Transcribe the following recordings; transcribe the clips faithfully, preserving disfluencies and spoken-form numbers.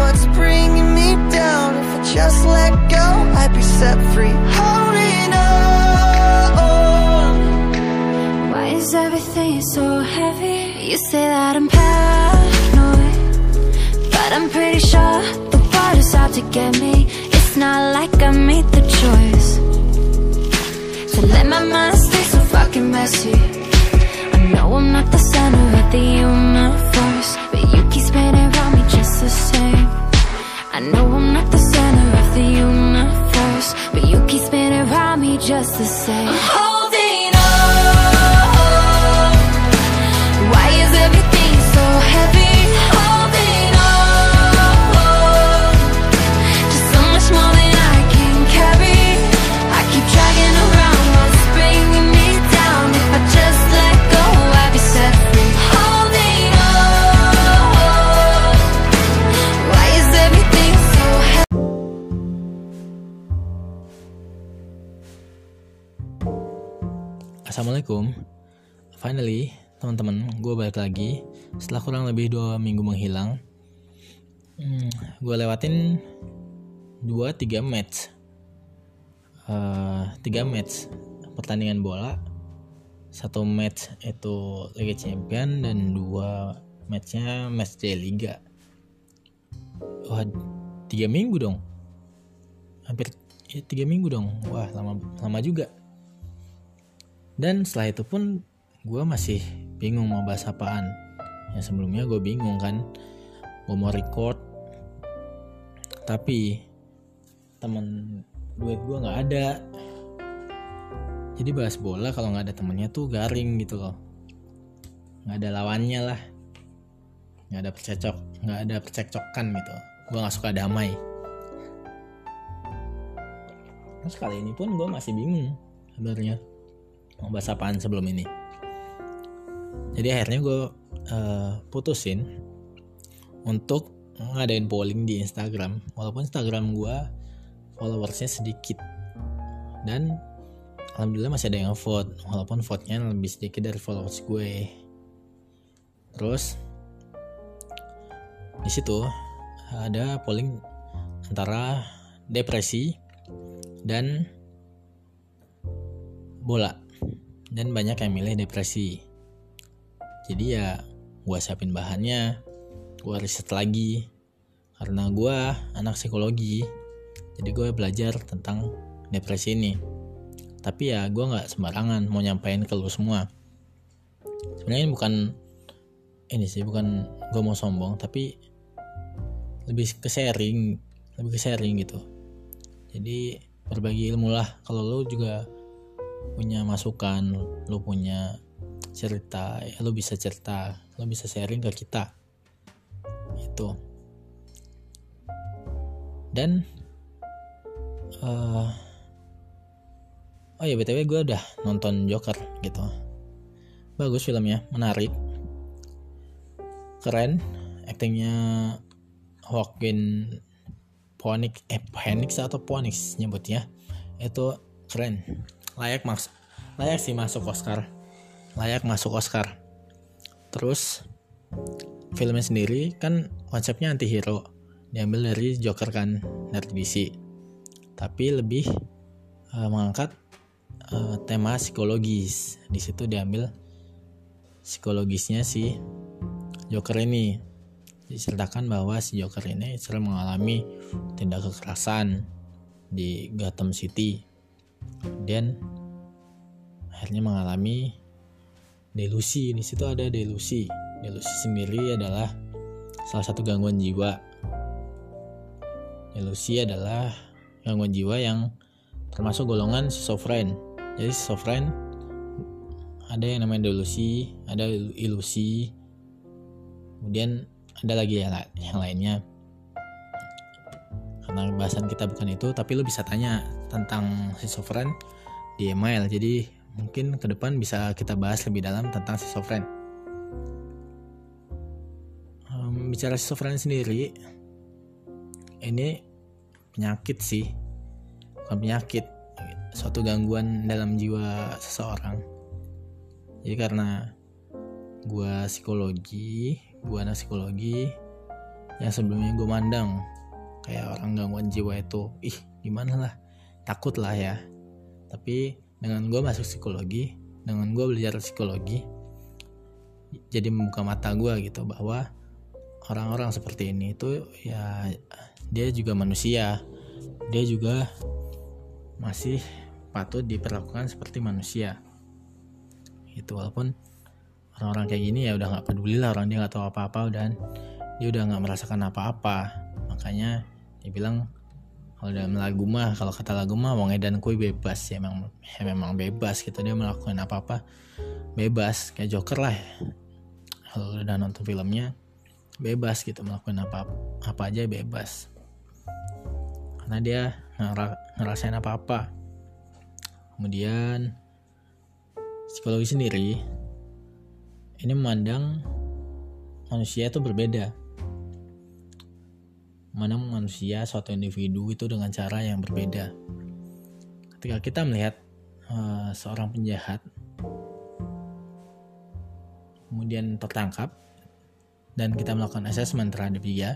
what's bringing me down. If I just let go, I'd be set free. Holding on. Why is everything so heavy? You say that I'm paranoid, but I'm pretty sure the world is out to get me. It's not like I made the choice to let my mind stay so fucking messy. I know I'm not the center of the universe, but you keep spinning around me just the same. I know I'm not the center of the universe, but you keep spinning around me just the same. I'm holding on. Why is everything so heavy? Holding on. Just so much more than I can carry. I keep dragging around what's bringing me down. If I just let go, I'd be set free. Holding on. Why is everything so heavy? Assalamualaikum. Finally, teman-teman, gue balik lagi setelah kurang lebih dua minggu menghilang. Hmm, gue lewatin dua tiga match, uh, tiga match pertandingan bola. Satu match itu Liga Champion dan dua matchnya match day Liga. Wah, tiga minggu dong. Hampir ya, tiga minggu dong. Wah, lama lama juga. Dan setelah itu pun gue masih bingung mau bahas apaan. Yang sebelumnya gue bingung kan, gue mau record, tapi temen duet gue nggak ada. Jadi bahas bola kalau nggak ada temennya tuh garing gitu loh, nggak ada lawannya lah, nggak ada percekcok, nggak ada percekcokan gitu. Gue nggak suka damai. Terus kali ini pun gue masih bingung sebenarnya mau bahas apaan sebelum ini. Jadi akhirnya gue uh, putusin untuk ngadain polling di Instagram. Walaupun Instagram gue followersnya sedikit, dan alhamdulillah masih ada yang vote, walaupun vote-nya lebih sedikit dari followers gue. Terus di situ ada polling antara depresi dan bola, dan banyak yang milih depresi. Jadi ya gue siapin bahannya, gue riset lagi, karena gue anak psikologi, jadi gue belajar tentang depresi ini. Tapi ya gue nggak sembarangan mau nyampein ke lu semua. Sebenarnya ini bukan ini sih, bukan gue mau sombong, tapi lebih ke sharing, lebih ke sharing gitu. Jadi berbagi ilmu lah. Kalau lu juga punya masukan, lu punya cerita, ya lu bisa cerita, lu bisa sharing ke kita itu. Dan uh, oh ya btw gue udah nonton Joker gitu, bagus filmnya, menarik, keren, aktingnya Joaquin Phoenix, eh Phoenix atau Phoenix nyebutnya, itu keren, layak mas, layak sih masuk Oscar, layak masuk Oscar. Terus filmnya sendiri kan konsepnya anti-hero, diambil dari Joker kan, dari D C, tapi lebih uh, mengangkat uh, tema psikologis. Di situ diambil psikologisnya si Joker ini, diceritakan bahwa si Joker ini sering mengalami tindak kekerasan di Gotham City, dan akhirnya mengalami delusi. Di situ ada delusi. Delusi sendiri adalah salah satu gangguan jiwa. Delusi adalah gangguan jiwa yang termasuk golongan schizofren. Jadi schizofren ada yang namanya delusi, ada ilusi, kemudian ada lagi yang, yang lainnya. Karena bahasan kita bukan itu, tapi lo bisa tanya tentang schizofren di email. Jadi mungkin ke depan bisa kita bahas lebih dalam tentang schizofren. Um, bicara schizofren sendiri, ini penyakit sih, bukan penyakit, suatu gangguan dalam jiwa seseorang. Jadi karena gue psikologi, gue anak psikologi, yang sebelumnya gue mandang kayak orang gangguan jiwa itu ih gimana lah, takut lah ya. Tapi dengan gue masuk psikologi, dengan gue belajar psikologi, jadi membuka mata gue gitu bahwa orang-orang seperti ini itu ya dia juga manusia, dia juga masih patut diperlakukan seperti manusia itu. Walaupun orang-orang kayak gini ya udah nggak peduli lah, orang dia nggak tahu apa-apa dan dia udah nggak merasakan apa-apa. Makanya dia bilang kalau dalam lagu mah, kalau kata lagu mah wong edan kuy bebas ya, memang ya memang bebas gitu, dia melakukan apa-apa bebas kayak Joker lah. Kalau udah nonton filmnya bebas gitu, melakukan apa apa aja bebas karena dia ngerasain apa-apa. Kemudian psikologi sendiri ini memandang manusia itu berbeda, memandang manusia suatu individu itu dengan cara yang berbeda. Ketika kita melihat uh, seorang penjahat kemudian tertangkap dan kita melakukan assessment terhadap dia,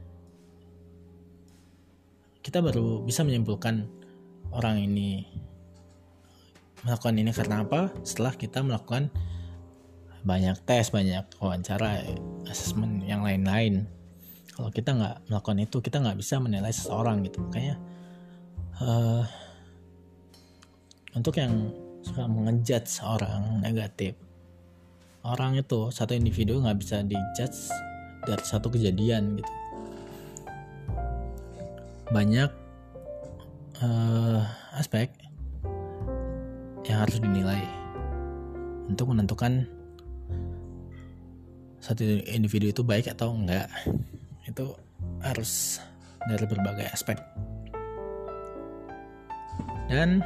kita baru bisa menyimpulkan orang ini melakukan ini karena apa setelah kita melakukan banyak tes, banyak wawancara, assessment yang lain-lain. Kalau kita nggak melakukan itu, kita nggak bisa menilai seseorang gitu. Makanya uh, untuk yang suka mengejudge seorang negatif, orang itu satu individu nggak bisa dijudge dari satu kejadian gitu. Banyak uh, aspek yang harus dinilai untuk menentukan satu individu itu baik atau enggak. Itu harus dari berbagai aspek. Dan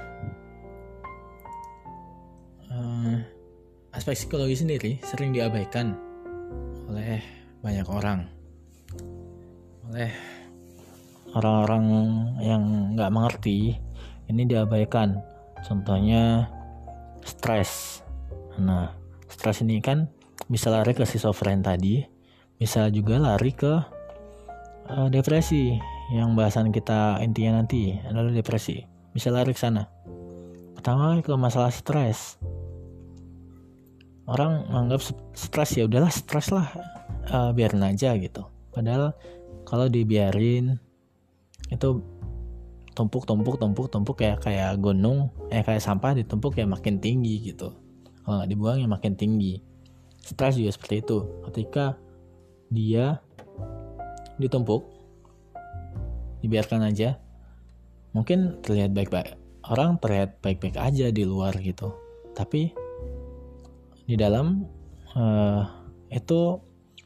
uh, aspek psikologi sendiri sering diabaikan oleh banyak orang, oleh orang-orang yang nggak mengerti. Ini diabaikan. Contohnya stres. Nah, stres ini kan bisa lari ke schizofren tadi, bisa juga lari ke uh, depresi yang bahasan kita intinya nanti adalah depresi. Bisa lari ke sana. Pertama ke masalah stres. Orang menganggap stres ya udahlah stres lah, uh, biarin aja gitu. Padahal kalau dibiarin itu tumpuk tumpuk tumpuk tumpuk kayak kayak gunung, eh kayak sampah ditumpuk ya makin tinggi gitu. Kalau nggak dibuang ya makin tinggi. Stres juga seperti itu. Ketika dia ditumpuk, dibiarkan aja, mungkin terlihat baik-baik. Orang terlihat baik-baik aja di luar gitu. Tapi di dalam uh, itu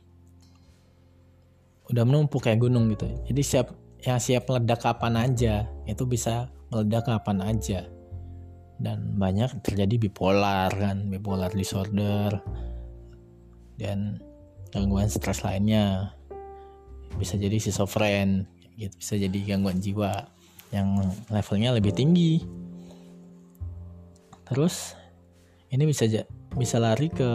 udah menumpuk kayak gunung gitu. Jadi siap yang siap meledak kapan aja, itu bisa meledak kapan aja. Dan banyak terjadi bipolar kan, bipolar disorder dan gangguan stres lainnya. Bisa jadi schizofren gitu, bisa jadi gangguan jiwa yang levelnya lebih tinggi. Terus ini bisa bisa lari ke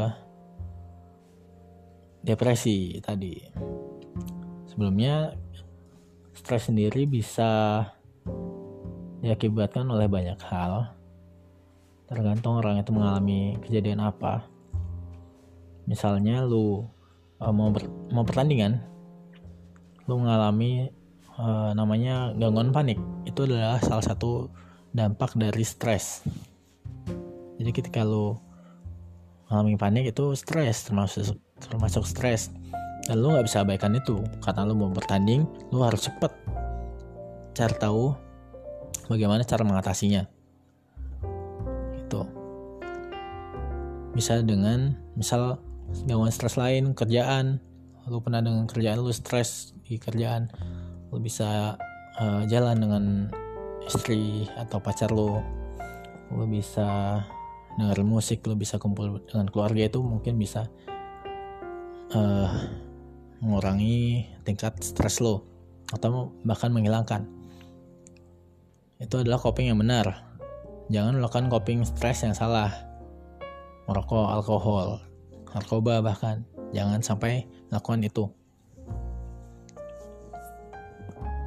depresi tadi. Sebelumnya stres sendiri bisa diakibatkan oleh banyak hal, tergantung orang itu mengalami kejadian apa. Misalnya lu uh, mau ber, mau pertandingan, lu mengalami uh, namanya gangguan panik. Itu adalah salah satu dampak dari stres. Jadi ketika lu mengalami panik itu stres, termasuk termasuk stres. Dan lu gak bisa abaikan itu, karena lu mau bertanding, lu harus cepet cari tahu bagaimana cara mengatasinya. Itu bisa dengan misal gangguan stres lain, kerjaan. Lu pernah dengan kerjaan lu stres di kerjaan, lu bisa uh, jalan dengan istri atau pacar lu, lu bisa dengerin musik, lu bisa kumpul dengan keluarga. Itu mungkin bisa uh, mengurangi tingkat stres lo atau bahkan menghilangkan. Itu adalah coping yang benar. Jangan melakukan coping stres yang salah, merokok, alkohol, narkoba bahkan. Jangan sampai melakukan itu.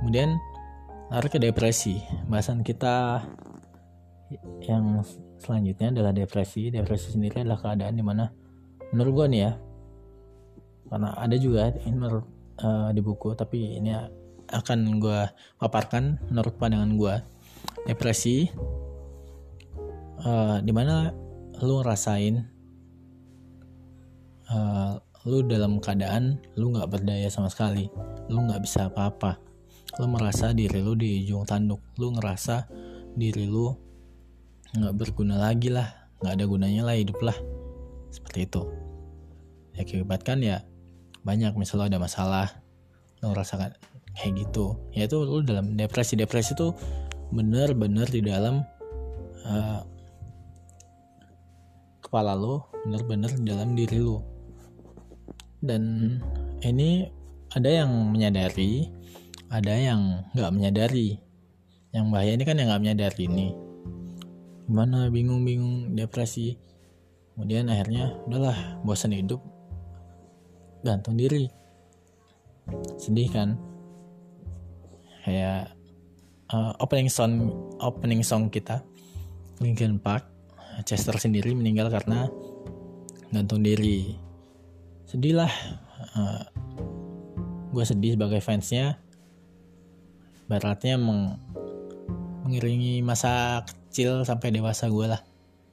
Kemudian lari ke depresi. Bahasan kita yang selanjutnya adalah depresi. Depresi sendiri adalah keadaan dimana menurut gue nih ya, karena ada juga ini menurut uh, di buku, tapi ini akan gue paparkan menurut pandangan gue. Depresi uh, dimana lu ngerasain uh, lu dalam keadaan lu nggak berdaya sama sekali, lu nggak bisa apa-apa, lu merasa diri lu di ujung tanduk, lu ngerasa diri lu nggak berguna lagi lah, nggak ada gunanya lah hidup lah, seperti itu. Ya akibatkan ya banyak, misalnya ada masalah lu ngerasakan kayak gitu, ya itu lu dalam depresi. Depresi tuh bener-bener di dalam uh, kepala lu, bener-bener di dalam diri lu. Dan ini ada yang menyadari, ada yang nggak menyadari. Yang bahaya ini kan yang nggak menyadari ini, gimana bingung-bingung depresi, kemudian akhirnya udahlah bosan hidup, gantung diri. Sedih kan? Kayak uh, opening song opening song kita Linkin Park, Chester sendiri meninggal karena gantung diri. Sedih lah, uh, gue sedih sebagai fansnya. Baratnya meng, mengiringi masa kecil sampai dewasa gue lah.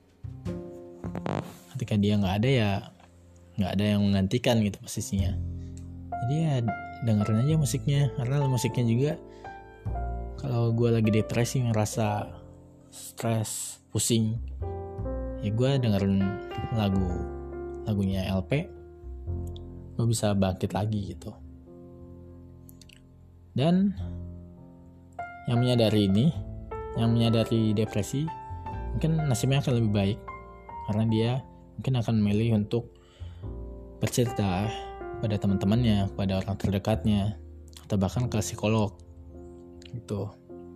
Ketika dia nggak ada ya nggak ada yang menggantikan gitu posisinya. Jadi ya dengerin aja musiknya, karena musiknya juga kalau gue lagi depresi, ngerasa stres, pusing, ya gue dengerin lagu lagunya L P, gue bisa bangkit lagi gitu. Dan yang menyadari ini, yang menyadari depresi, mungkin nasibnya akan lebih baik, karena dia mungkin akan memilih untuk bercerita pada teman-temannya, pada orang terdekatnya, atau bahkan ke psikolog gitu.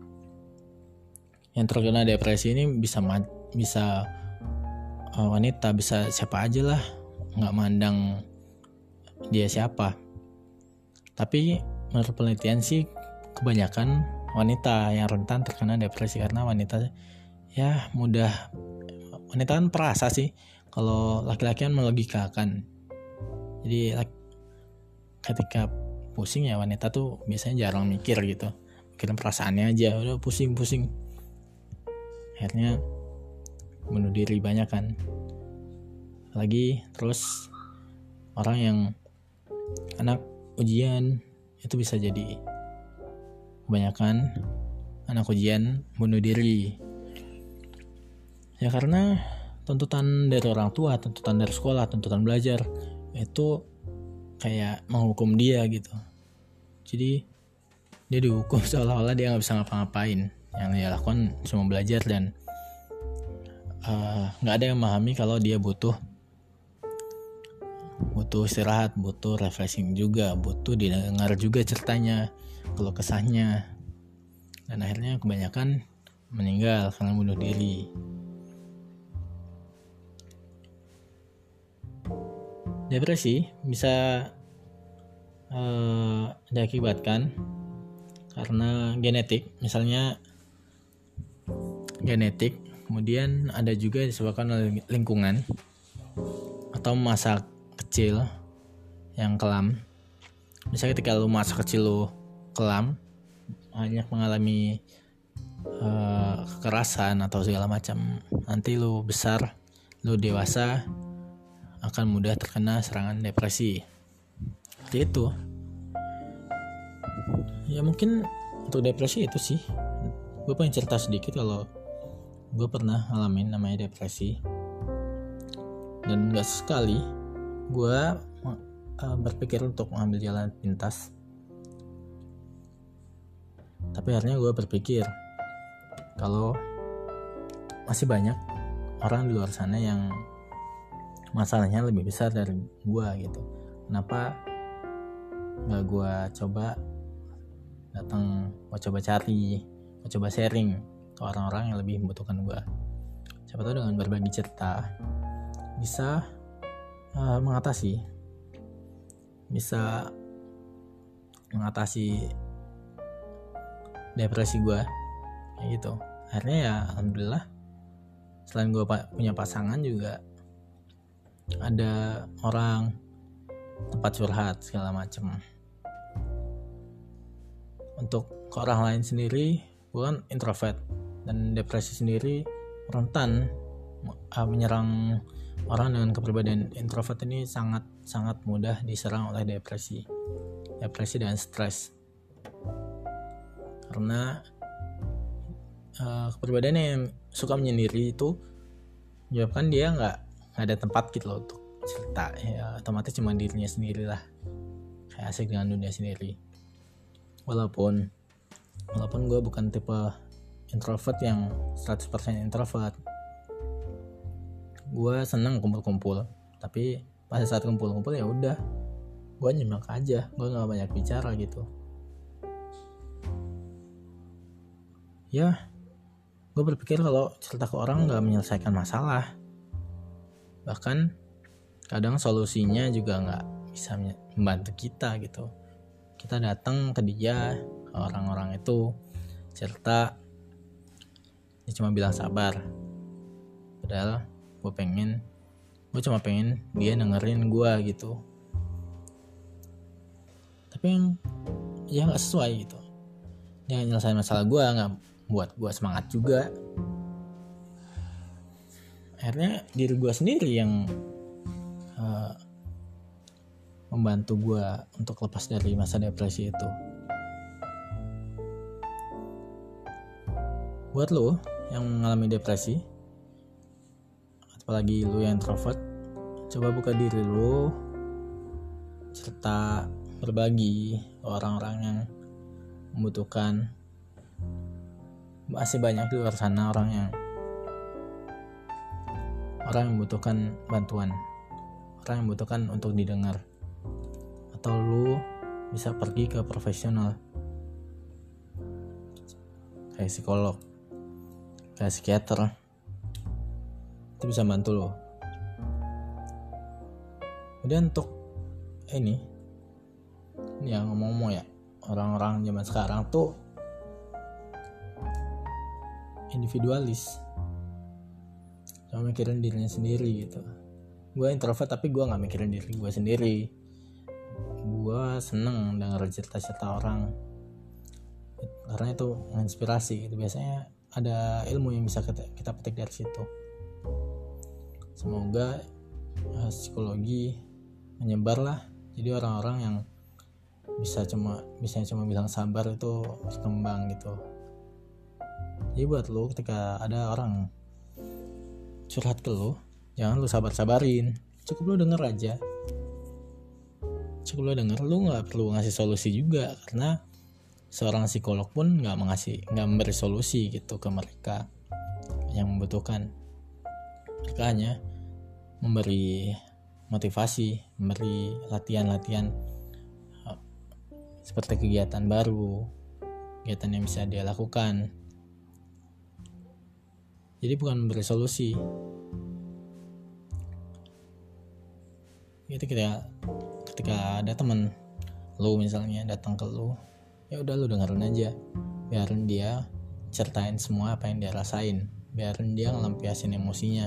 Yang terkena depresi ini bisa bisa uh, wanita, bisa siapa aja lah, nggak mandang dia siapa. Tapi menurut penelitian sih kebanyakan wanita yang rentan terkena depresi, karena wanita ya mudah, wanita kan perasa sih, kalau laki-laki kan melogikakan. Jadi ketika pusing ya wanita tuh biasanya jarang mikir gitu, mikirin perasaannya aja, udah pusing-pusing, akhirnya bunuh diri banyak kan. Lagi terus orang yang anak ujian itu bisa jadi kebanyakan anak ujian bunuh diri. Ya karena tuntutan dari orang tua, tuntutan dari sekolah, tuntutan belajar itu kayak menghukum dia gitu. Jadi dia dihukum seolah-olah dia nggak bisa ngapa-ngapain. Yang dia lakukan cuma belajar, dan nggak uh, ada yang memahami kalau dia butuh butuh istirahat, butuh refreshing juga, butuh didengar juga ceritanya, kalau kesahnya. Dan akhirnya kebanyakan meninggal karena bunuh diri. Depresi bisa uh, diakibatkan karena genetik, misalnya genetik, kemudian ada juga disebabkan oleh lingkungan atau masa kecil yang kelam. Misalnya ketika lu masa kecil lu kelam, banyak mengalami uh, kekerasan atau segala macam, nanti lu besar, lu dewasa akan mudah terkena serangan depresi. Seperti itu. Ya mungkin untuk depresi itu sih. Gue pengen cerita sedikit kalau gue pernah ngalamin namanya depresi. Dan gak sekali gue uh, berpikir untuk mengambil jalan pintas. Tapi akhirnya gue berpikir kalau masih banyak orang di luar sana yang masalahnya lebih besar dari gue gitu. Kenapa gak gue coba datang, gue coba cari, gue coba sharing ke orang-orang yang lebih membutuhkan gue. Siapa tahu dengan berbagi cerita bisa uh, mengatasi bisa mengatasi depresi gue kayak gitu. Akhirnya ya alhamdulillah selain gue punya pasangan juga ada orang tempat curhat segala macem. Untuk ke orang lain sendiri, gue kan introvert dan depresi sendiri rentan uh, menyerang orang dengan kepribadian introvert ini sangat sangat mudah diserang oleh depresi, depresi dan stres. Karena uh, kepribadian yang suka menyendiri itu menyebabkan dia nggak nggak ada tempat gitu loh untuk cerita, ya otomatis cuma dirinya sendiri lah, kayak asik dengan dunia sendiri. Walaupun walaupun gue bukan tipe introvert yang seratus persen introvert, gue seneng kumpul-kumpul, tapi pada saat kumpul-kumpul ya udah gue nyimak aja, gue nggak banyak bicara gitu. Ya gue berpikir kalau cerita ke orang nggak menyelesaikan masalah, bahkan kadang solusinya juga nggak bisa membantu kita gitu. Kita datang ke dia, ke orang-orang itu cerita, dia cuma bilang sabar, padahal gue pengen gue cuma pengen dia dengerin gue gitu, tapi yang ya nggak sesuai gitu. Dia nyelesain masalah gue, nggak buat gue semangat juga. Akhirnya diri gue sendiri yang uh, membantu gue untuk lepas dari masa depresi itu. Buat lo yang mengalami depresi, apalagi lo yang introvert, coba buka diri lo, serta berbagi ke orang-orang yang membutuhkan. Masih banyak di luar sana orang yang orang yang membutuhkan bantuan, orang yang membutuhkan untuk didengar. Atau lu bisa pergi ke profesional kayak psikolog, kayak psikiater, itu bisa bantu lo. Kemudian untuk ini ini yang ngomong-ngomong ya, orang-orang zaman sekarang tuh individualis, cuma mikirin dirinya sendiri gitu. Gue introvert tapi gue nggak mikirin diri gue sendiri. Gue seneng denger cerita-cerita orang karena itu menginspirasi gitu. Biasanya ada ilmu yang bisa kita, kita petik dari situ. Semoga uh, psikologi menyebar lah, jadi orang-orang yang bisa cuma bisa cuma bilang sabar itu berkembang gitu. Jadi buat lo ketika ada orang curhat ke lo, jangan lo sabar-sabarin, cukup lo denger aja. Cukup lo denger, lo nggak perlu ngasih solusi juga, karena seorang psikolog pun nggak mengasih nggak memberi solusi gitu ke mereka yang membutuhkan. Mereka hanya memberi motivasi, memberi latihan-latihan seperti kegiatan baru, kegiatan yang bisa dia lakukan. Jadi bukan memberi solusi. Itu ketika ketika ada teman lu misalnya datang ke lu, ya udah lu dengerin aja, biarin dia ceritain semua apa yang dia rasain, biarin dia ngelampiasin emosinya.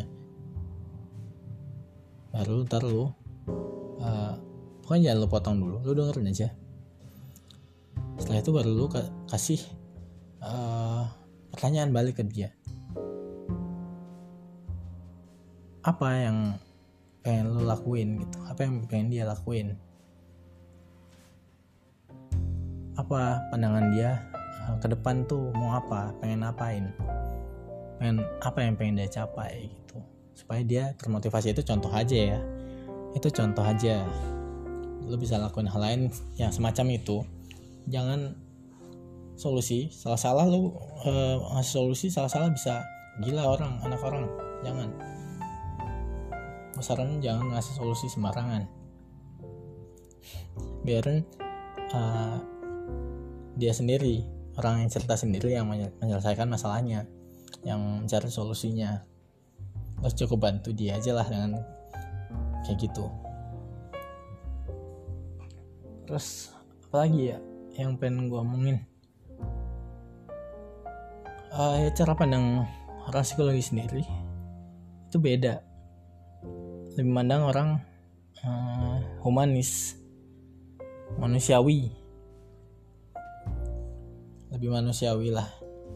Baru ntar lu uh, pokoknya jangan lu potong dulu, lu dengerin aja. Setelah itu baru lu kasih uh, pertanyaan balik ke dia. Apa yang pengen lu lakuin gitu, apa yang pengen dia lakuin, apa pandangan dia uh, ke depan tuh mau apa, pengen apain, pengen apa yang pengen dia capai gitu, supaya dia termotivasi. Itu contoh aja ya, itu contoh aja. Lu bisa lakuin hal lain yang semacam itu. Jangan solusi salah-salah lu uh, ngasih solusi salah-salah bisa gila orang, anak orang. Jangan. Saran jangan ngasih solusi sembarangan. Biarin uh, dia sendiri, orang yang cerita sendiri yang menyelesaikan masalahnya, yang mencari solusinya. Terus cukup bantu dia aja lah dengan kayak gitu. Terus apa lagi ya yang pengen gue omongin? uh, ya cara pandang orang psikologi sendiri itu beda, lebih mandang orang uh, humanis, manusiawi, lebih manusiawi lah.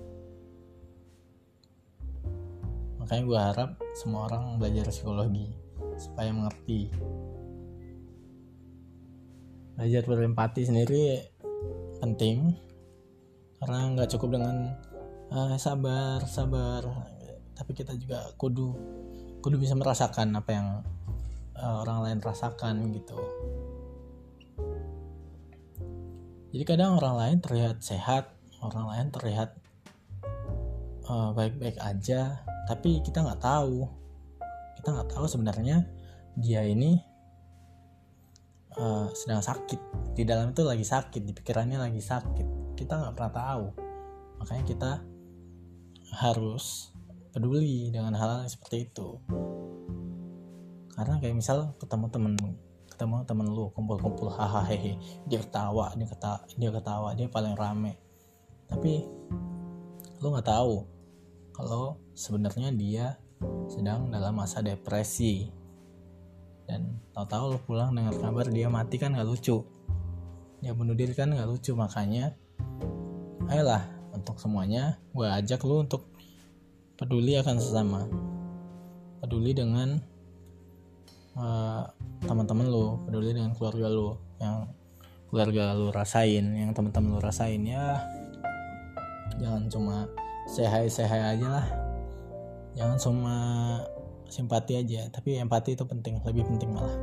Makanya gue harap semua orang belajar psikologi supaya mengerti. Belajar berempati sendiri penting, karena nggak cukup dengan ah, sabar sabar, tapi kita juga kudu kudu bisa merasakan apa yang uh, orang lain rasakan gitu. Jadi kadang orang lain terlihat sehat, orang lain terlihat uh, baik-baik aja, tapi kita nggak tahu kita nggak tahu sebenarnya dia ini uh, sedang sakit, di dalam itu lagi sakit, di pikirannya lagi sakit, kita nggak pernah tahu. Makanya kita harus peduli dengan hal-hal yang seperti itu. Karena kayak misal ketemu temen ketemu temen lu, kumpul-kumpul, hahaha hehe, dia ketawa dia ketawa dia ketawa dia paling rame, tapi lu nggak tahu kalau sebenarnya dia sedang dalam masa depresi, dan tahu-tahu lu pulang dengar kabar dia mati, kan nggak lucu, dia bunuh diri, kan nggak lucu. Makanya ayolah, untuk semuanya gue ajak lu untuk peduli akan sesama, peduli dengan uh, teman-teman lu, peduli dengan keluarga lu, yang keluarga lu rasain, yang teman-teman lu rasain. Ya jangan cuma say hi say hi aja lah, jangan cuma simpati aja, tapi empati itu penting, lebih penting malah.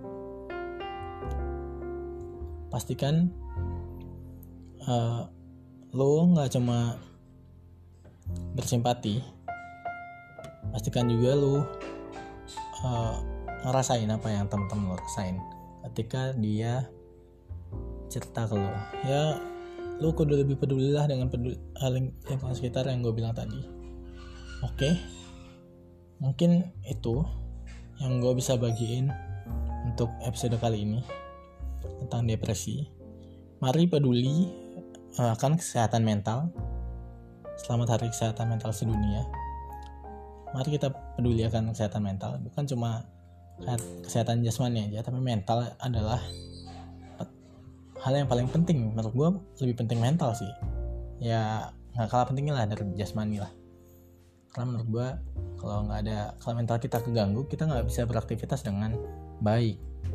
Pastikan uh, lu nggak cuma bersimpati, pastikan juga lu uh, ngerasain apa yang teman-teman lu rasain ketika dia cerita ke lu. Ya lu kudu lebih pedulilah dengan peduli hal lingkungan sekitar yang gue bilang tadi. Oke, mungkin itu yang gue bisa bagiin untuk episode kali ini tentang depresi. Mari peduli akan kesehatan mental. Selamat Hari Kesehatan Mental Sedunia. Mari kita peduli akan kesehatan mental, bukan cuma kesehatan jasmani aja, tapi mental adalah hal yang paling penting. Menurut gue lebih penting mental sih, ya nggak kalah pentingnya lah dari jasmani lah. Karena menurut gue kalau nggak ada, kalau mental kita keganggu, kita nggak bisa beraktivitas dengan baik,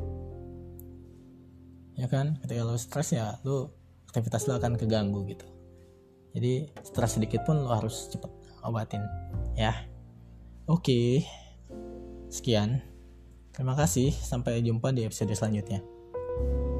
ya kan? Ketika lo stres, ya lo aktivitas lo akan keganggu gitu. Jadi stres sedikit pun lo harus cepet obatin ya. Oke, sekian, terima kasih, sampai jumpa di episode selanjutnya.